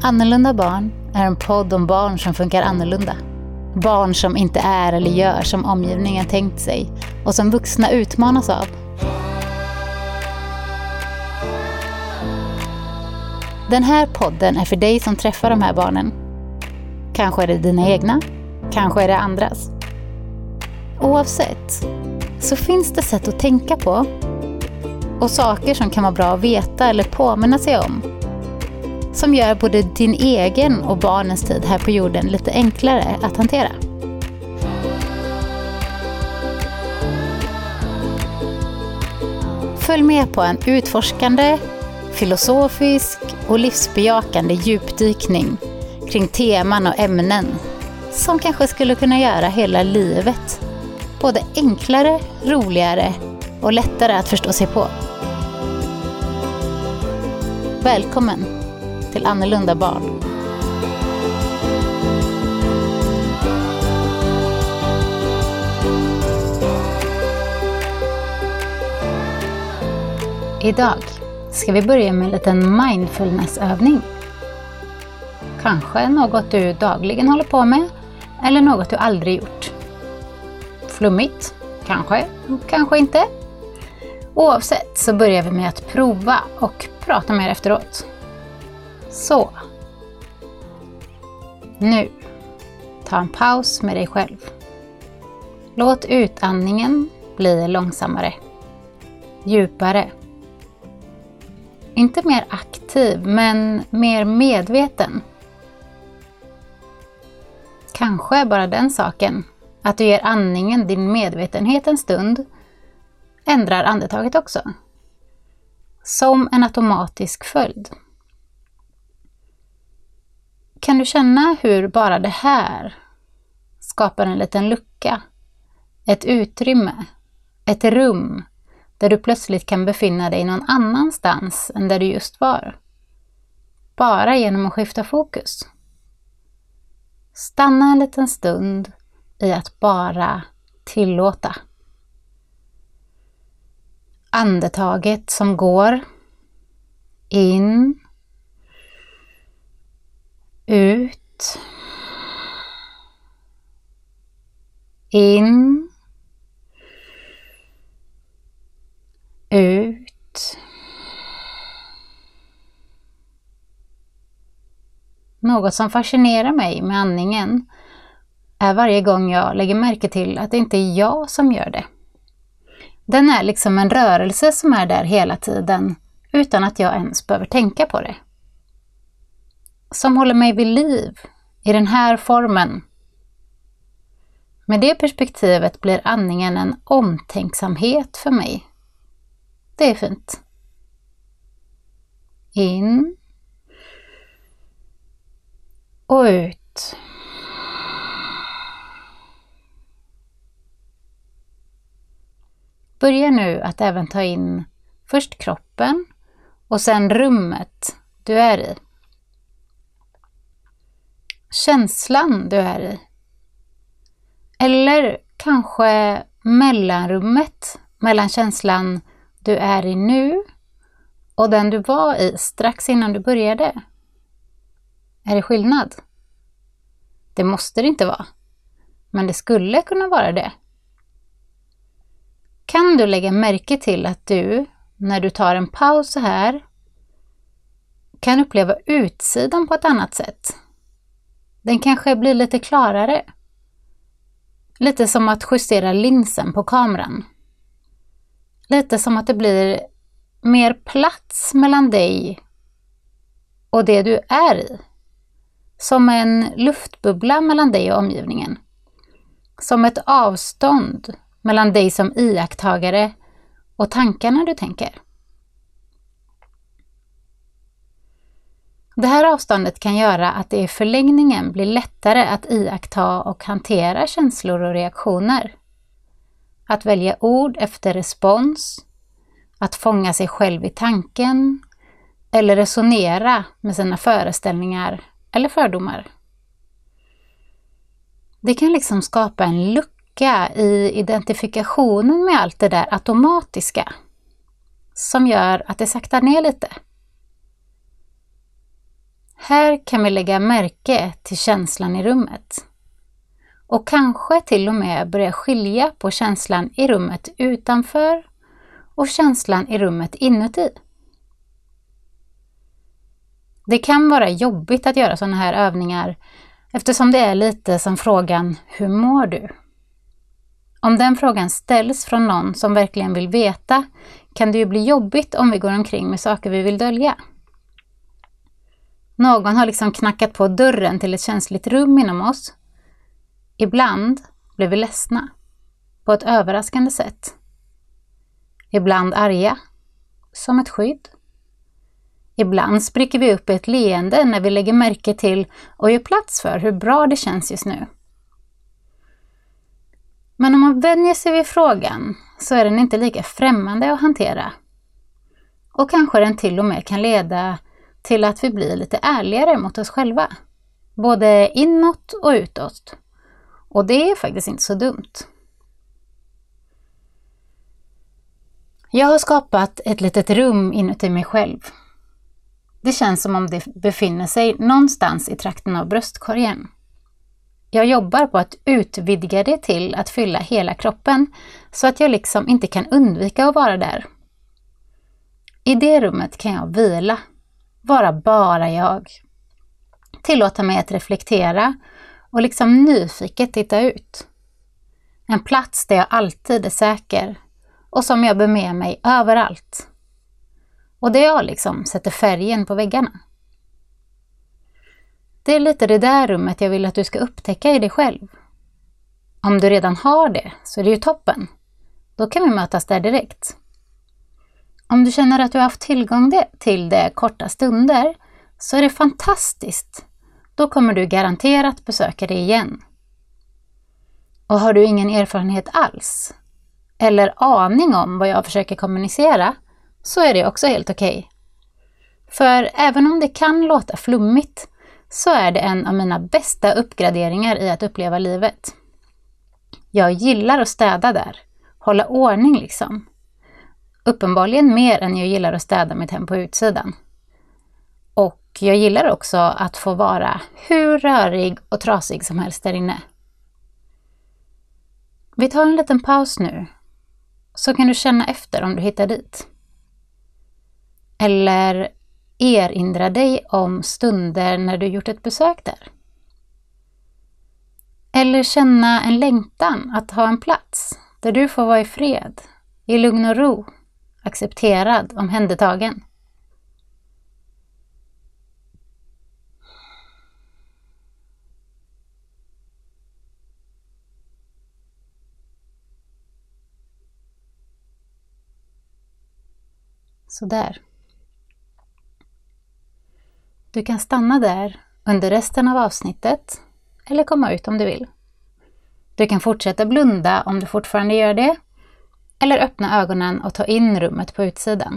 Annorlunda barn är en podd om barn som funkar annorlunda. Barn som inte är eller gör som omgivningen tänkt sig och som vuxna utmanas av. Den här podden är för dig som träffar de här barnen. Kanske är det dina egna, kanske är det andras. Oavsett så finns det sätt att tänka på och saker som kan vara bra att veta eller påminna sig om, som gör både din egen och barnens tid här på jorden lite enklare att hantera. Följ med på en utforskande, filosofisk och livsbejakande djupdykning kring teman och ämnen som kanske skulle kunna göra hela livet både enklare, roligare och lättare att förstå sig på. Välkommen till Annorlunda barn. Idag ska vi börja med en liten mindfulnessövning. Kanske något du dagligen håller på med eller något du aldrig gjort. Flummigt, kanske inte. Oavsett så börjar vi med att prova och prata mer efteråt. Så. Nu. Ta en paus med dig själv. Låt utandningen bli långsammare. Djupare. Inte mer aktiv, men mer medveten. Kanske bara den saken, att du ger andningen din medvetenhet en stund, ändrar andetaget också. Som en automatisk följd. Kan du känna hur bara det här skapar en liten lucka, ett utrymme, ett rum där du plötsligt kan befinna dig någon annanstans än där du just var. Bara genom att skifta fokus. Stanna en liten stund i att bara tillåta. Andetaget som går in, ut, in, ut. Något som fascinerar mig med andningen är varje gång jag lägger märke till att det inte är jag som gör det. Den är liksom en rörelse som är där hela tiden utan att jag ens behöver tänka på det. Som håller mig vid liv i den här formen. Med det perspektivet blir andningen en omtänksamhet för mig. Det är fint. In och ut. Börja nu att även ta in först kroppen och sen rummet du är i. Känslan du är i. Eller kanske mellanrummet mellan känslan du är i nu och den du var i strax innan du började. Är det skillnad? Det måste det inte vara. Men det skulle kunna vara det. Kan du lägga märke till att du, när du tar en paus så här, kan uppleva utsidan på ett annat sätt? Den kanske blir lite klarare. Lite som att justera linsen på kameran. Lite som att det blir mer plats mellan dig och det du är i. Som en luftbubbla mellan dig och omgivningen. Som ett avstånd mellan dig som iakttagare och tankarna du tänker. Det här avståndet kan göra att det i förlängningen blir lättare att iaktta och hantera känslor och reaktioner. Att välja ord efter respons, att fånga sig själv i tanken eller resonera med sina föreställningar eller fördomar. Det kan liksom skapa en lucka i identifikationen med allt det där automatiska som gör att det saktar ner lite. Här kan vi lägga märke till känslan i rummet. Och kanske till och med börja skilja på känslan i rummet utanför och känslan i rummet inuti. Det kan vara jobbigt att göra sådana här övningar eftersom det är lite som frågan "Hur mår du?". Om den frågan ställs från någon som verkligen vill veta kan det ju bli jobbigt om vi går omkring med saker vi vill dölja. Någon har liksom knackat på dörren till ett känsligt rum inom oss. Ibland blir vi ledsna på ett överraskande sätt. Ibland arga, som ett skydd. Ibland spricker vi upp i ett leende när vi lägger märke till och gör plats för hur bra det känns just nu. Men om man vänjer sig vid frågan så är den inte lika främmande att hantera. Och kanske den till och med kan leda till att vi blir lite ärligare mot oss själva. Både inåt och utåt. Och det är faktiskt inte så dumt. Jag har skapat ett litet rum inuti mig själv. Det känns som om det befinner sig någonstans i trakten av bröstkorgen. Jag jobbar på att utvidga det till att fylla hela kroppen så att jag liksom inte kan undvika att vara där. I det rummet kan jag vila, vara bara jag. Tillåta mig att reflektera och liksom nyfiket titta ut. En plats där jag alltid är säker och som jag bär med mig överallt. Och där jag liksom sätter färgen på väggarna. Det är lite det där rummet jag vill att du ska upptäcka i dig själv. Om du redan har det så är det ju toppen. Då kan vi mötas där direkt. Om du känner att du har haft tillgång till det korta stunder så är det fantastiskt. Då kommer du garanterat besöka det igen. Och har du ingen erfarenhet alls eller aning om vad jag försöker kommunicera så är det också helt okej. För även om det kan låta flummigt så är det en av mina bästa uppgraderingar i att uppleva livet. Jag gillar att städa där, hålla ordning liksom. Uppenbarligen mer än jag gillar att städa mitt hem på utsidan. Och jag gillar också att få vara hur rörig och trasig som helst där inne. Vi tar en liten paus nu, så kan du känna efter om du hittar dit. Eller erinra dig om stunder när du gjort ett besök där. Eller känna en längtan att ha en plats där du får vara i fred, i lugn och ro, accepterad, omhändertagen. Så där. Du kan stanna där under resten av avsnittet eller komma ut om du vill. Du kan fortsätta blunda om du fortfarande gör det eller öppna ögonen och ta in rummet på utsidan.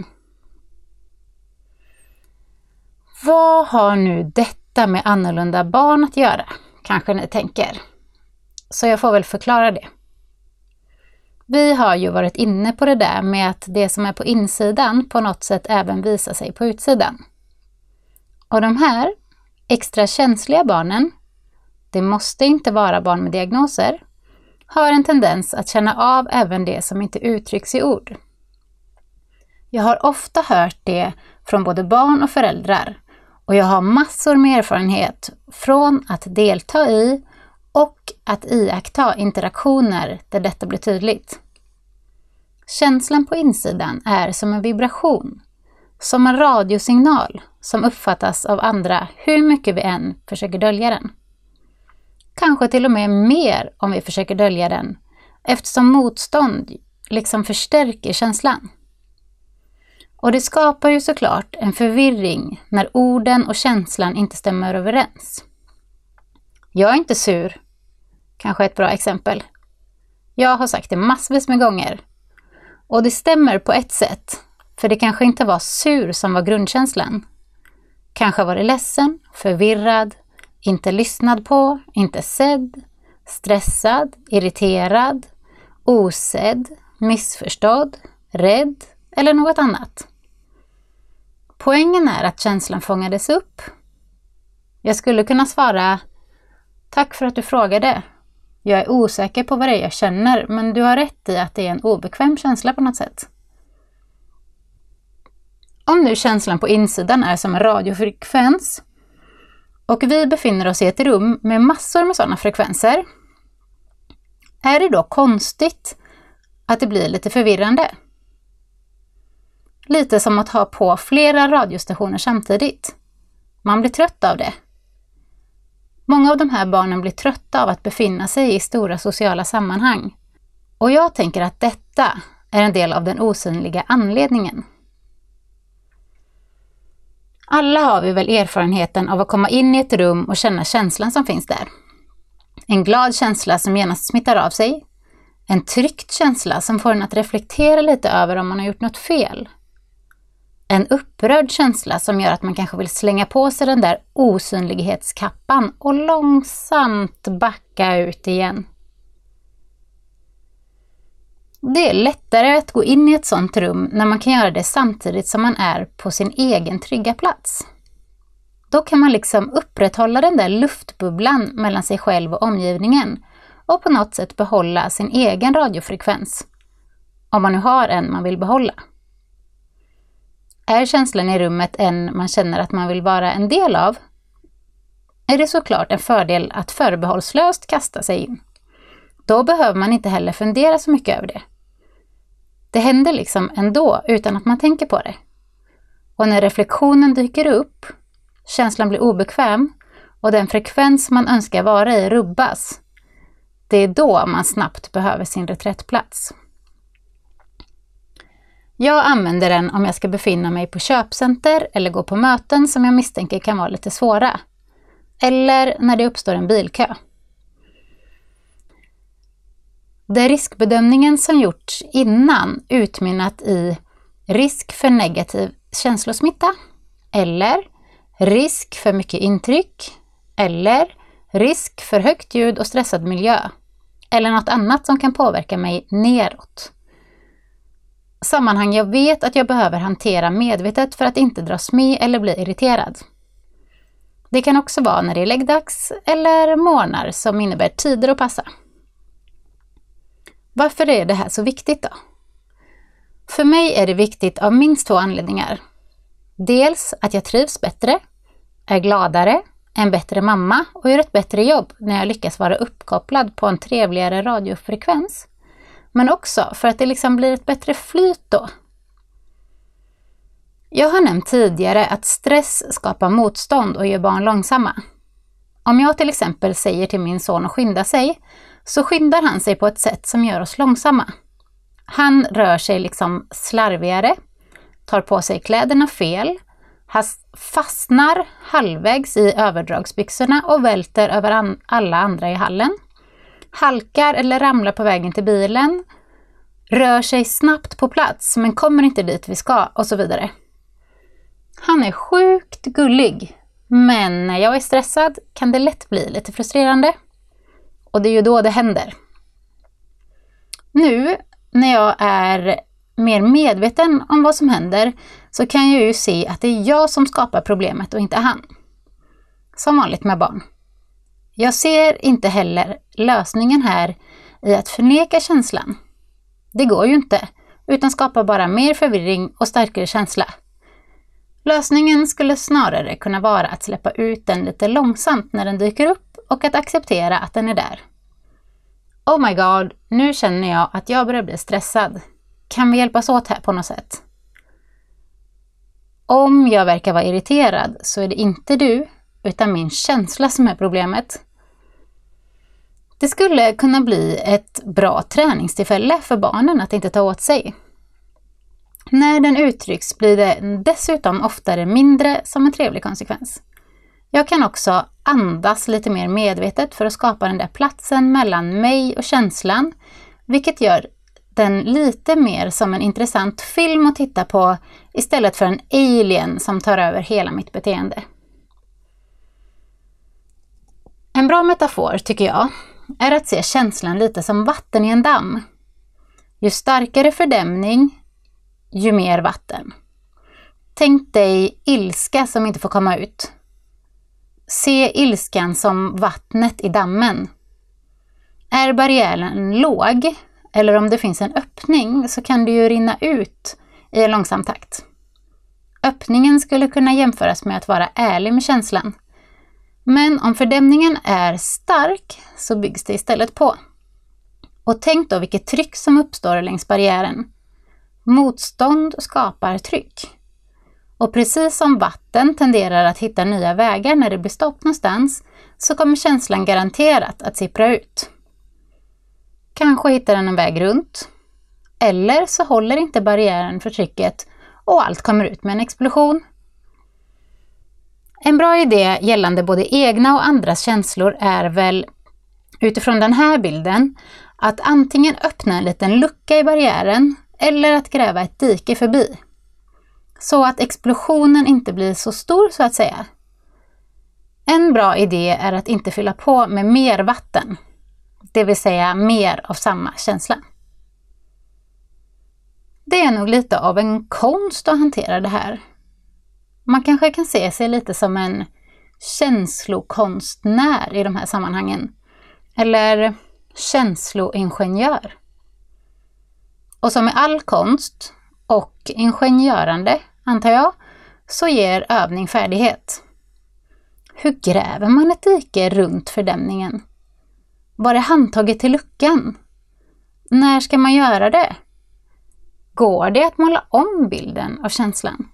Vad har nu detta med annorlunda barn att göra? Kanske ni tänker. Så jag får väl förklara det. Vi har ju varit inne på det där med att det som är på insidan på något sätt även visar sig på utsidan. Och de här extra känsliga barnen, det måste inte vara barn med diagnoser, har en tendens att känna av även det som inte uttrycks i ord. Jag har ofta hört det från både barn och föräldrar och jag har massor med erfarenhet från att delta i och att iaktta interaktioner där detta blir tydligt. Känslan på insidan är som en vibration, som en radiosignal som uppfattas av andra hur mycket vi än försöker dölja den. Kanske till och med mer om vi försöker dölja den, eftersom motstånd liksom förstärker känslan. Och det skapar ju såklart en förvirring när orden och känslan inte stämmer överens. Jag är inte sur, kanske ett bra exempel. Jag har sagt det massvis med gånger. Och det stämmer på ett sätt, för det kanske inte var sur som var grundkänslan. Kanske var det ledsen, förvirrad, inte lyssnad på, inte sedd, stressad, irriterad, osedd, missförstådd, rädd eller något annat. Poängen är att känslan fångades upp, Jag skulle kunna svara: tack för att du frågade. Jag är osäker på vad det är jag känner, men du har rätt i att det är en obekväm känsla på något sätt. Om nu känslan på insidan är som en radiofrekvens och vi befinner oss i ett rum med massor med sådana frekvenser, är det då konstigt att det blir lite förvirrande? Lite som att ha på flera radiostationer samtidigt. Man blir trött av det. Många av de här barnen blir trötta av att befinna sig i stora sociala sammanhang. Och jag tänker att detta är en del av den osynliga anledningen. Alla har vi väl erfarenheten av att komma in i ett rum och känna känslan som finns där. En glad känsla som genast smittar av sig. En tryckt känsla som får en att reflektera lite över om man har gjort något fel. En upprörd känsla som gör att man kanske vill slänga på sig den där osynlighetskappan och långsamt backa ut igen. Det är lättare att gå in i ett sånt rum när man kan göra det samtidigt som man är på sin egen trygga plats. Då kan man liksom upprätthålla den där luftbubblan mellan sig själv och omgivningen och på något sätt behålla sin egen radiofrekvens. Om man nu har en man vill behålla. Är känslan i rummet en man känner att man vill vara en del av, är det såklart en fördel att förbehållslöst kasta sig in. Då behöver man inte heller fundera så mycket över det. Det händer liksom ändå utan att man tänker på det. Och när reflektionen dyker upp, känslan blir obekväm och den frekvens man önskar vara i rubbas, det är då man snabbt behöver sin reträttplats. Jag använder den om jag ska befinna mig på köpcenter eller gå på möten som jag misstänker kan vara lite svåra. Eller när det uppstår en bilkö. Där riskbedömningen som gjorts innan utmynnat i risk för negativ känslosmitta eller risk för mycket intryck eller risk för högt ljud och stressad miljö eller något annat som kan påverka mig neråt. Sammanhang jag vet att jag behöver hantera medvetet för att inte dras med eller bli irriterad. Det kan också vara när det är läggdags eller morgnar som innebär tider att passa. Varför är det här så viktigt då? För mig är det viktigt av minst 2 anledningar. Dels att jag trivs bättre, är gladare, en bättre mamma och gör ett bättre jobb när jag lyckas vara uppkopplad på en trevligare radiofrekvens. Men också för att det liksom blir ett bättre flyt då. Jag har nämnt tidigare att stress skapar motstånd och gör barn långsamma. Om jag till exempel säger till min son att skynda sig, så skyndar han sig på ett sätt som gör oss långsamma. Han rör sig liksom slarvigare, tar på sig kläderna fel, fastnar halvvägs i överdragsbyxorna och välter över alla andra i hallen. Halkar eller ramlar på vägen till bilen, rör sig snabbt på plats men kommer inte dit vi ska och så vidare. Han är sjukt gullig, men när jag är stressad kan det lätt bli lite frustrerande. Och det är ju då det händer. Nu när jag är mer medveten om vad som händer så kan jag ju se att det är jag som skapar problemet och inte han. Som vanligt med barn. Jag ser inte heller lösningen här i att förneka känslan. Det går ju inte, utan skapar bara mer förvirring och starkare känsla. Lösningen skulle snarare kunna vara att släppa ut den lite långsamt när den dyker upp och att acceptera att den är där. Oh my god, nu känner jag att jag börjar bli stressad. Kan vi hjälpas åt här på något sätt? Om jag verkar vara irriterad så är det inte du, utan min känsla som är problemet. Det skulle kunna bli ett bra träningstillfälle för barnen att inte ta åt sig. När den uttrycks blir det dessutom oftare mindre som en trevlig konsekvens. Jag kan också andas lite mer medvetet för att skapa den där platsen mellan mig och känslan, vilket gör den lite mer som en intressant film att titta på istället för en alien som tar över hela mitt beteende. En bra metafor tycker jag är att se känslan lite som vatten i en damm. Ju starkare fördämning, ju mer vatten. Tänk dig ilska som inte får komma ut. Se ilskan som vattnet i dammen. Är barriären låg, eller om det finns en öppning, så kan det ju rinna ut i en långsam takt. Öppningen skulle kunna jämföras med att vara ärlig med känslan. Men om fördämningen är stark så byggs det istället på. Och tänk då vilket tryck som uppstår längs barriären. Motstånd skapar tryck. Och precis som vatten tenderar att hitta nya vägar när det blir stopp någonstans, så kommer känslan garanterat att sippra ut. Kanske hittar den en väg runt. Eller så håller inte barriären för trycket och allt kommer ut med en explosion. En bra idé gällande både egna och andras känslor är väl, utifrån den här bilden, att antingen öppna en liten lucka i barriären eller att gräva ett dike förbi. Så att explosionen inte blir så stor, så att säga. En bra idé är att inte fylla på med mer vatten, det vill säga mer av samma känsla. Det är nog lite av en konst att hantera det här. Man kanske kan se sig lite som en känslokonstnär i de här sammanhangen. Eller känsloingenjör. Och som med all konst och ingenjörande, antar jag, så ger övning färdighet. Hur gräver man ett dike runt fördämningen? Var är handtaget till luckan? När ska man göra det? Går det att måla om bilden av känslan?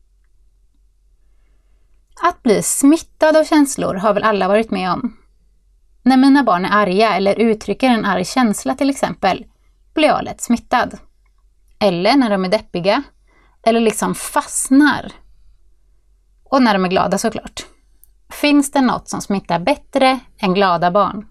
Att bli smittad av känslor har väl alla varit med om. När mina barn är arga eller uttrycker en arg känsla till exempel, blir jag lätt smittad. Eller när de är deppiga, eller liksom fastnar. Och när de är glada såklart. Finns det något som smittar bättre än glada barn?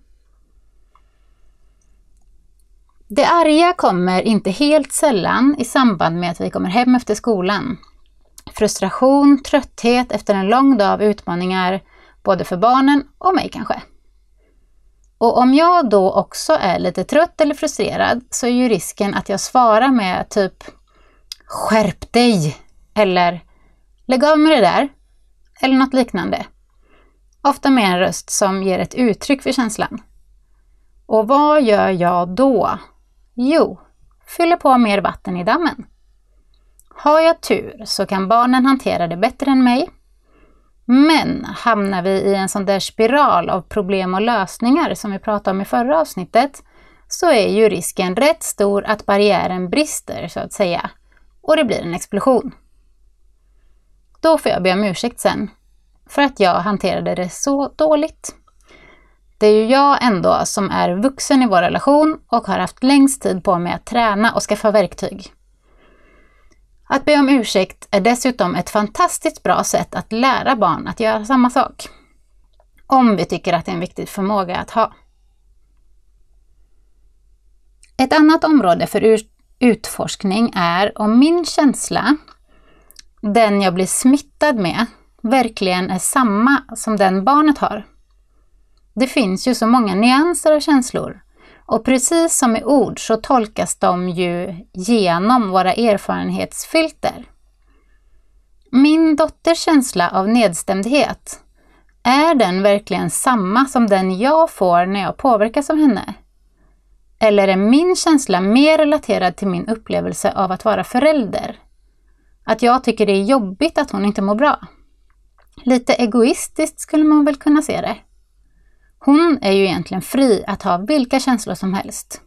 Det arga kommer inte helt sällan i samband med att vi kommer hem efter skolan. Frustration, trötthet efter en lång dag av utmaningar, både för barnen och mig kanske. Och om jag då också är lite trött eller frustrerad, så är ju risken att jag svarar med typ "skärp dig" eller "lägg av med det där" eller något liknande. Ofta med en röst som ger ett uttryck för känslan. Och vad gör jag då? Jo, fyller på mer vatten i dammen. Har jag tur så kan barnen hantera det bättre än mig. Men hamnar vi i en sån där spiral av problem och lösningar som vi pratade om i förra avsnittet, så är ju risken rätt stor att barriären brister, så att säga, och det blir en explosion. Då får jag be om ursäkt sen, för att jag hanterade det så dåligt. Det är ju jag ändå som är vuxen i vår relation och har haft längst tid på mig att träna och skaffa verktyg. Att be om ursäkt är dessutom ett fantastiskt bra sätt att lära barn att göra samma sak. Om vi tycker att det är en viktig förmåga att ha. Ett annat område för utforskning är om min känsla, den jag blir smittad med, verkligen är samma som den barnet har. Det finns ju så många nyanser av känslor. Och precis som i ord så tolkas de ju genom våra erfarenhetsfilter. Min dotters känsla av nedstämdhet, är den verkligen samma som den jag får när jag påverkas av henne? Eller är min känsla mer relaterad till min upplevelse av att vara förälder? Att jag tycker det är jobbigt att hon inte mår bra? Lite egoistiskt skulle man väl kunna se det. Hon är ju egentligen fri att ha vilka känslor som helst.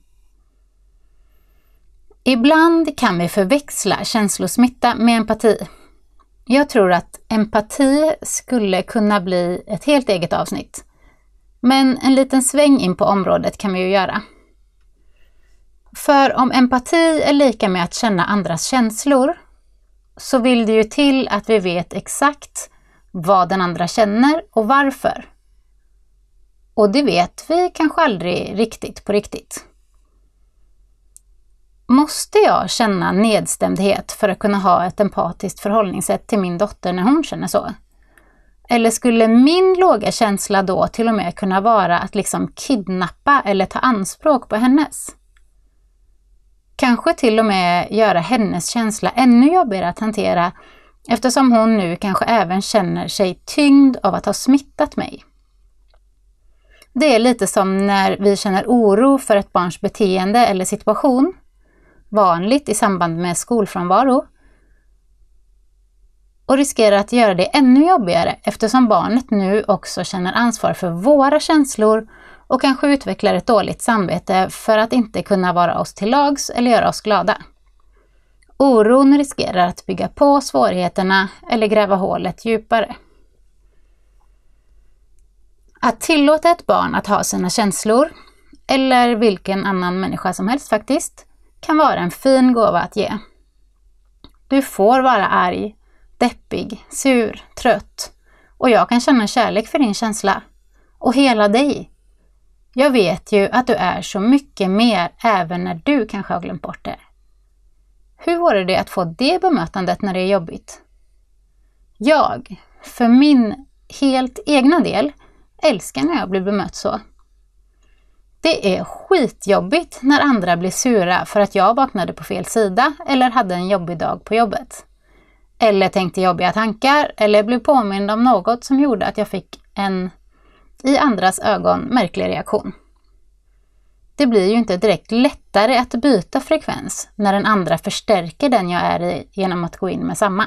Ibland kan vi förväxla känslosmitta med empati. Jag tror att empati skulle kunna bli ett helt eget avsnitt. Men en liten sväng in på området kan vi ju göra. För om empati är lika med att känna andras känslor, så vill det ju till att vi vet exakt vad den andra känner och varför. Och det vet vi kanske aldrig riktigt på riktigt. Måste jag känna nedstämdhet för att kunna ha ett empatiskt förhållningssätt till min dotter när hon känner så? Eller skulle min låga känsla då till och med kunna vara att liksom kidnappa eller ta anspråk på hennes? Kanske till och med göra hennes känsla ännu jobbigare att hantera eftersom hon nu kanske även känner sig tyngd av att ha smittat mig. Det är lite som när vi känner oro för ett barns beteende eller situation, vanligt i samband med skolfrånvaro, och riskerar att göra det ännu jobbigare eftersom barnet nu också känner ansvar för våra känslor och kanske utvecklar ett dåligt samvete för att inte kunna vara oss till lags eller göra oss glada. Oron riskerar att bygga på svårigheterna eller gräva hålet djupare. Att tillåta ett barn att ha sina känslor, eller vilken annan människa som helst faktiskt, kan vara en fin gåva att ge. Du får vara arg, deppig, sur, trött, och jag kan känna kärlek för din känsla. Och hela dig. Jag vet ju att du är så mycket mer även när du kanske har glömt bort det. Hur vore det att få det bemötandet när det är jobbigt? Jag, för min helt egna del, älskar när jag blir bemött så. Det är skitjobbigt när andra blir sura för att jag vaknade på fel sida eller hade en jobbig dag på jobbet. Eller tänkte jobbiga tankar eller blev påmind om något som gjorde att jag fick en, i andras ögon, märklig reaktion. Det blir ju inte direkt lättare att byta frekvens när den andra förstärker den jag är i genom att gå in med samma.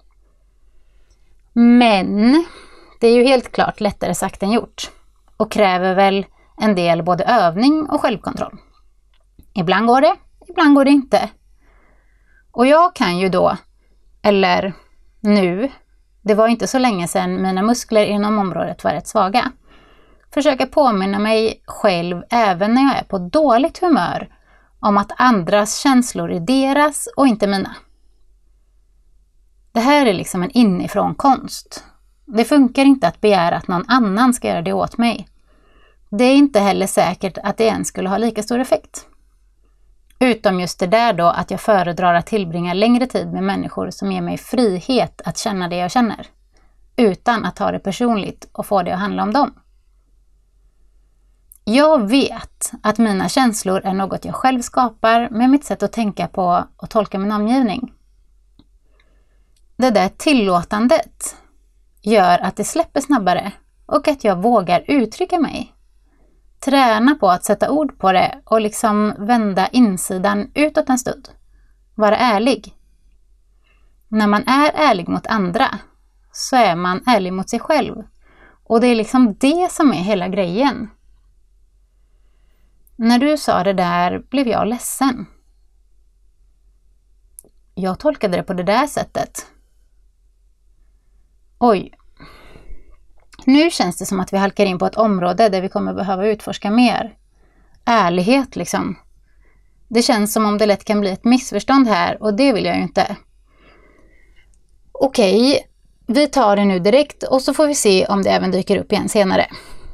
Men det är ju helt klart lättare sagt än gjort och kräver väl en del både övning och självkontroll. Ibland går det, ibland går det inte. Och jag kan ju då, eller nu, det var inte så länge sedan mina muskler inom området var rätt svaga, försöka påminna mig själv även när jag är på dåligt humör om att andras känslor är deras och inte mina. Det här är liksom en inifrån konst. Det funkar inte att begära att någon annan ska göra det åt mig. Det är inte heller säkert att det ens skulle ha lika stor effekt. Utom just det där då att jag föredrar att tillbringa längre tid med människor som ger mig frihet att känna det jag känner. Utan att ta det personligt och få det att handla om dem. Jag vet att mina känslor är något jag själv skapar med mitt sätt att tänka på och tolka min omgivning. Det där tillåtandet gör att det släpper snabbare och att jag vågar uttrycka mig. Träna på att sätta ord på det och liksom vända insidan utåt en stund. Vara ärlig. När man är ärlig mot andra så är man ärlig mot sig själv. Och det är liksom det som är hela grejen. När du sa det där blev jag ledsen. Jag tolkade det på det där sättet. Oj. Nu känns det som att vi halkar in på ett område där vi kommer behöva utforska mer. Ärlighet liksom. Det känns som om det lätt kan bli ett missförstånd här och det vill jag ju inte. Okej, vi tar det nu direkt och så får vi se om det även dyker upp igen senare.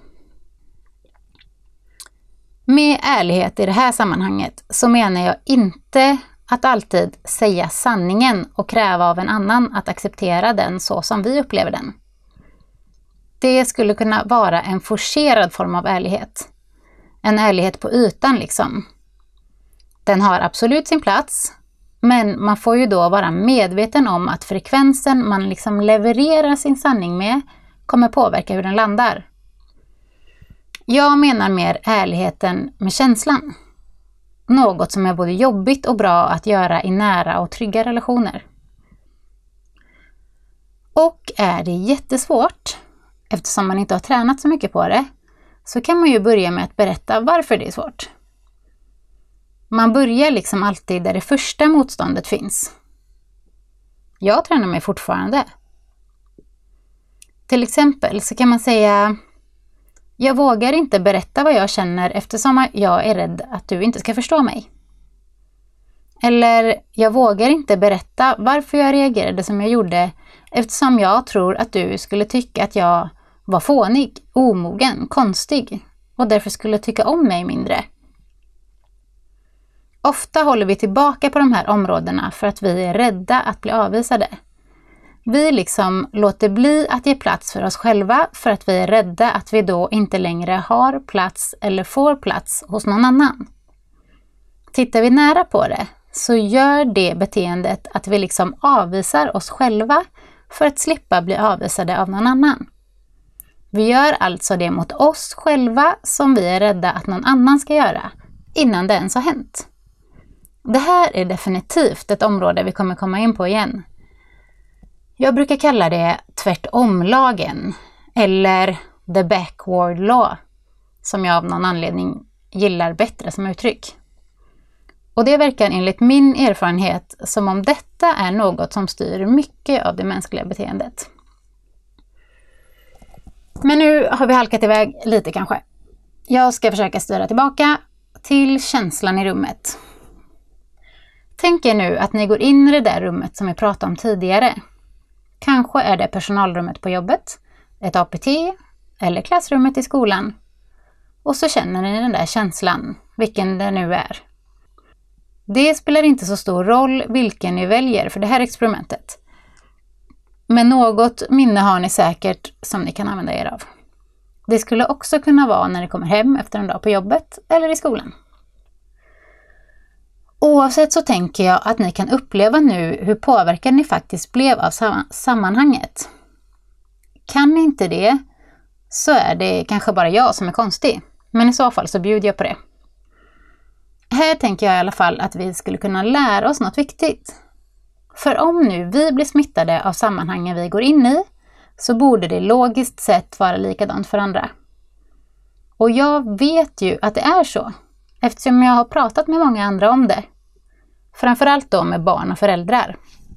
Med ärlighet i det här sammanhanget så menar jag inte att alltid säga sanningen och kräva av en annan att acceptera den så som vi upplever den. Det skulle kunna vara en forcerad form av ärlighet. En ärlighet på ytan liksom. Den har absolut sin plats, men man får ju då vara medveten om att frekvensen man liksom levererar sin sanning med kommer påverka hur den landar. Jag menar mer ärligheten med känslan. Något som är både jobbigt och bra att göra i nära och trygga relationer. Och är det jättesvårt, eftersom man inte har tränat så mycket på det, så kan man ju börja med att berätta varför det är svårt. Man börjar liksom alltid där det första motståndet finns. Jag tränar mig fortfarande. Till exempel så kan man säga: jag vågar inte berätta vad jag känner eftersom jag är rädd att du inte ska förstå mig. Eller jag vågar inte berätta varför jag reagerade som jag gjorde eftersom jag tror att du skulle tycka att jag var fånig, omogen, konstig och därför skulle tycka om mig mindre. Ofta håller vi tillbaka på de här områdena för att vi är rädda att bli avvisade. Vi liksom låter bli att ge plats för oss själva för att vi är rädda att vi då inte längre har plats eller får plats hos någon annan. Tittar vi nära på det så gör det beteendet att vi liksom avvisar oss själva för att slippa bli avvisade av någon annan. Vi gör alltså det mot oss själva som vi är rädda att någon annan ska göra innan det ens har hänt. Det här är definitivt ett område vi kommer komma in på igen. Jag brukar kalla det tvärtomlagen eller the backward law, som jag av någon anledning gillar bättre som uttryck. Och det verkar enligt min erfarenhet som om detta är något som styr mycket av det mänskliga beteendet. Men nu har vi halkat iväg lite kanske. Jag ska försöka styra tillbaka till känslan i rummet. Tänk er nu att ni går in i det där rummet som vi pratade om tidigare. Kanske är det personalrummet på jobbet, ett APT eller klassrummet i skolan. Och så känner ni den där känslan, vilken det nu är. Det spelar inte så stor roll vilken ni väljer för det här experimentet. Men något minne har ni säkert som ni kan använda er av. Det skulle också kunna vara när ni kommer hem efter en dag på jobbet eller i skolan. Oavsett så tänker jag att ni kan uppleva nu hur påverkade ni faktiskt blev av sammanhanget. Kan ni inte det så är det kanske bara jag som är konstig. Men i så fall så bjuder jag på det. Här tänker jag i alla fall att vi skulle kunna lära oss något viktigt. För om nu vi blir smittade av sammanhangen vi går in i så borde det logiskt sett vara likadant för andra. Och jag vet ju att det är så eftersom jag har pratat med många andra om det. Framförallt då med barn och föräldrar.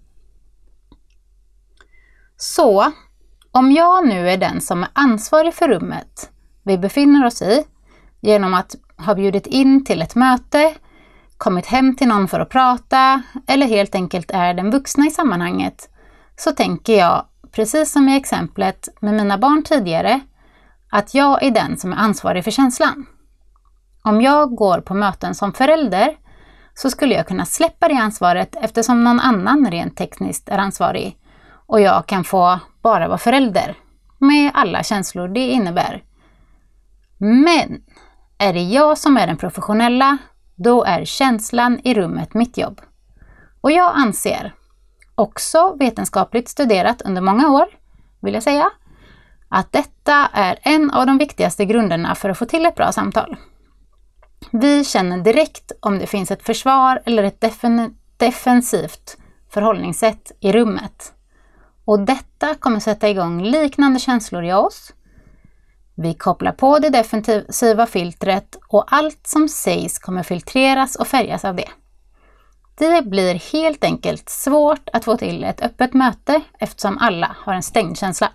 Så om jag nu är den som är ansvarig för rummet vi befinner oss i genom att ha bjudit in till ett möte, kommit hem till någon för att prata eller helt enkelt är den vuxna i sammanhanget, så tänker jag, precis som i exemplet med mina barn tidigare, att jag är den som är ansvarig för känslan. Om jag går på möten som förälder så skulle jag kunna släppa det ansvaret eftersom någon annan rent tekniskt är ansvarig och jag kan få bara vara förälder med alla känslor det innebär. Men är det jag som är den professionella, då är känslan i rummet mitt jobb. Och jag anser, också vetenskapligt studerat under många år, vill jag säga, att detta är en av de viktigaste grunderna för att få till ett bra samtal. Vi känner direkt om det finns ett försvar eller ett defensivt förhållningssätt i rummet. Och detta kommer sätta igång liknande känslor i oss. Vi kopplar på det defensiva filtret och allt som sägs kommer filtreras och färgas av det. Det blir helt enkelt svårt att få till ett öppet möte eftersom alla har en stängd känsla.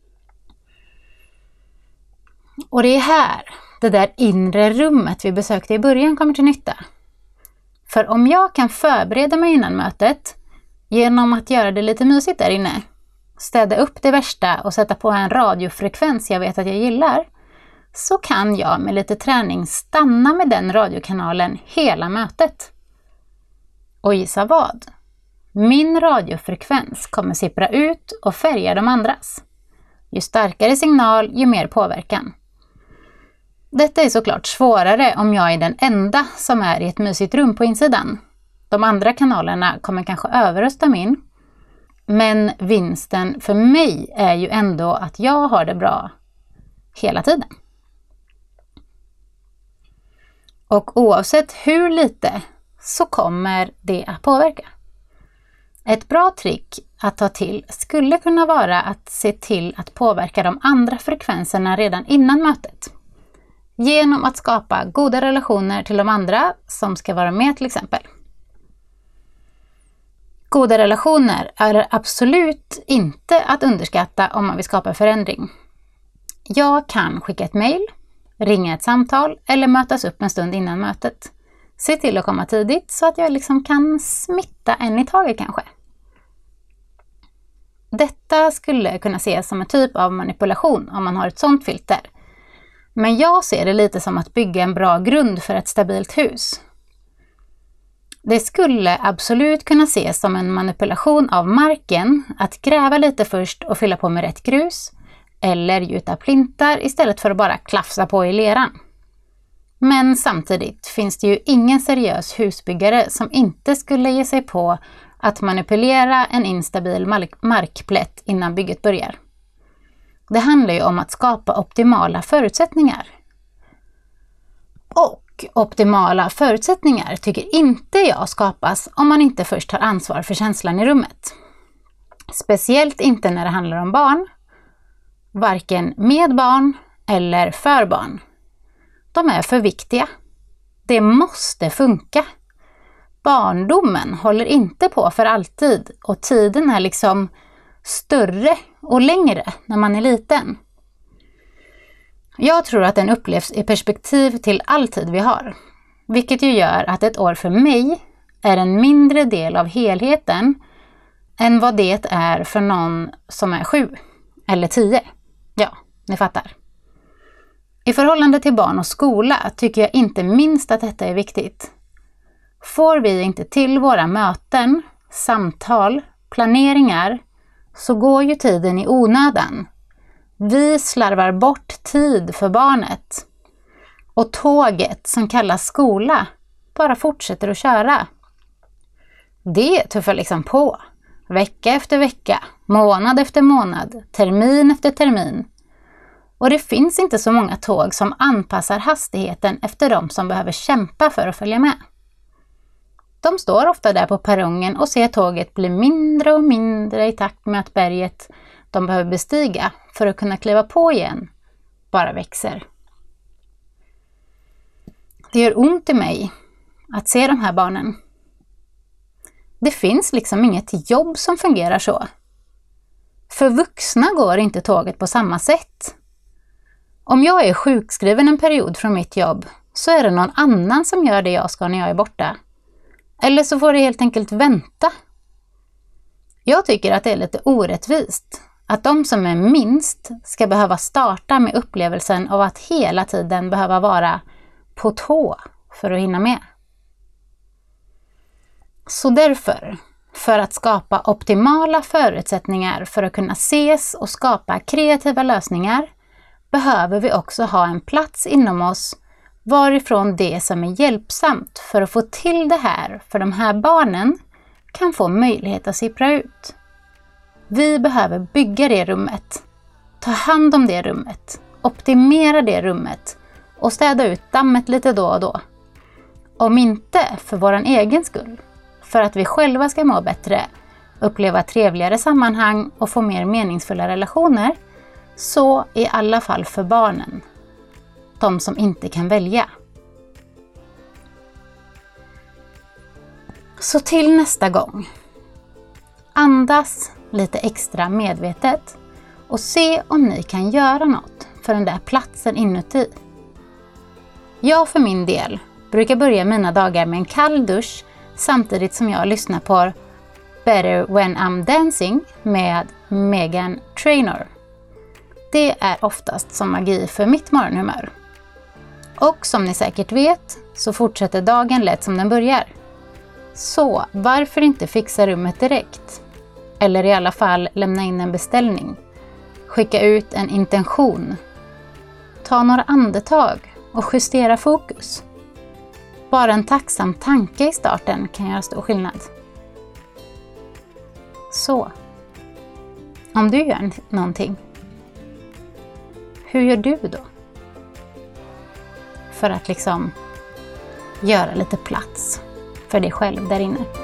Och det är här det där inre rummet vi besökte i början kommer till nytta. För om jag kan förbereda mig innan mötet genom att göra det lite mysigt där inne, städa upp det värsta och sätta på en radiofrekvens jag vet att jag gillar, så kan jag med lite träning stanna med den radiokanalen hela mötet. Och gissa vad? Min radiofrekvens kommer sippra ut och färga de andras. Ju starkare signal, ju mer påverkan. Detta är såklart svårare om jag är den enda som är i ett mysigt rum på insidan. De andra kanalerna kommer kanske överrösta min. Men vinsten för mig är ju ändå att jag har det bra hela tiden. Och oavsett hur lite så kommer det att påverka. Ett bra trick att ta till skulle kunna vara att se till att påverka de andra frekvenserna redan innan mötet. Genom att skapa goda relationer till de andra som ska vara med till exempel. Goda relationer är absolut inte att underskatta om man vill skapa förändring. Jag kan skicka ett mejl, ringa ett samtal eller mötas upp en stund innan mötet. Se till att komma tidigt så att jag liksom kan smitta en i taget kanske. Detta skulle kunna ses som en typ av manipulation om man har ett sådant filter. Men jag ser det lite som att bygga en bra grund för ett stabilt hus. Det skulle absolut kunna ses som en manipulation av marken att gräva lite först och fylla på med rätt grus eller gjuta plintar istället för att bara klafsa på i leran. Men samtidigt finns det ju ingen seriös husbyggare som inte skulle ge sig på att manipulera en instabil markplätt innan bygget börjar. Det handlar ju om att skapa optimala förutsättningar. Och optimala förutsättningar tycker inte jag skapas om man inte först tar ansvar för känslan i rummet. Speciellt inte när det handlar om barn, varken med barn eller för barn. De är för viktiga. Det måste funka. Barndomen håller inte på för alltid och tiden är liksom större och längre när man är liten. Jag tror att den upplevs i perspektiv till all tid vi har, vilket ju gör att ett år för mig är en mindre del av helheten än vad det är för någon som är 7 eller 10. Ja, ni fattar. I förhållande till barn och skola tycker jag inte minst att detta är viktigt. Får vi inte till våra möten, samtal, planeringar så går ju tiden i onödan. Vi slarvar bort tid för barnet. Och tåget som kallas skola bara fortsätter att köra. Det tuffar liksom på. Vecka efter vecka, månad efter månad, termin efter termin. Och det finns inte så många tåg som anpassar hastigheten efter de som behöver kämpa för att följa med. De står ofta där på perrongen och ser tåget bli mindre och mindre i takt med att berget de behöver bestiga för att kunna kliva på igen bara växer. Det gör ont i mig att se de här barnen. Det finns liksom inget jobb som fungerar så. För vuxna går inte tåget på samma sätt. Om jag är sjukskriven en period från mitt jobb så är det någon annan som gör det jag ska när jag är borta. Eller så får det helt enkelt vänta. Jag tycker att det är lite orättvist att de som är minst ska behöva starta med upplevelsen av att hela tiden behöva vara på tå för att hinna med. Så därför, för att skapa optimala förutsättningar för att kunna ses och skapa kreativa lösningar, behöver vi också ha en plats inom oss varifrån det som är hjälpsamt för att få till det här för de här barnen kan få möjlighet att sippra ut. Vi behöver bygga det rummet, ta hand om det rummet, optimera det rummet och städa ut dammet lite då och då. Om inte för vår egen skull, för att vi själva ska må bättre, uppleva trevligare sammanhang och få mer meningsfulla relationer, så i alla fall för barnen. De som inte kan välja. Så till nästa gång. Andas lite extra medvetet och se om ni kan göra något för den där platsen inuti. Jag för min del brukar börja mina dagar med en kall dusch samtidigt som jag lyssnar på Better When I'm Dancing med Meghan Trainor. Det är oftast som magi för mitt morgonhumör. Och som ni säkert vet så fortsätter dagen lätt som den börjar. Så varför inte fixa rummet direkt? Eller i alla fall lämna in en beställning. Skicka ut en intention. Ta några andetag och justera fokus. Bara en tacksam tanke i starten kan göra stor skillnad. Så, om du gör någonting, hur gör du då? För att liksom göra lite plats för dig själv där inne.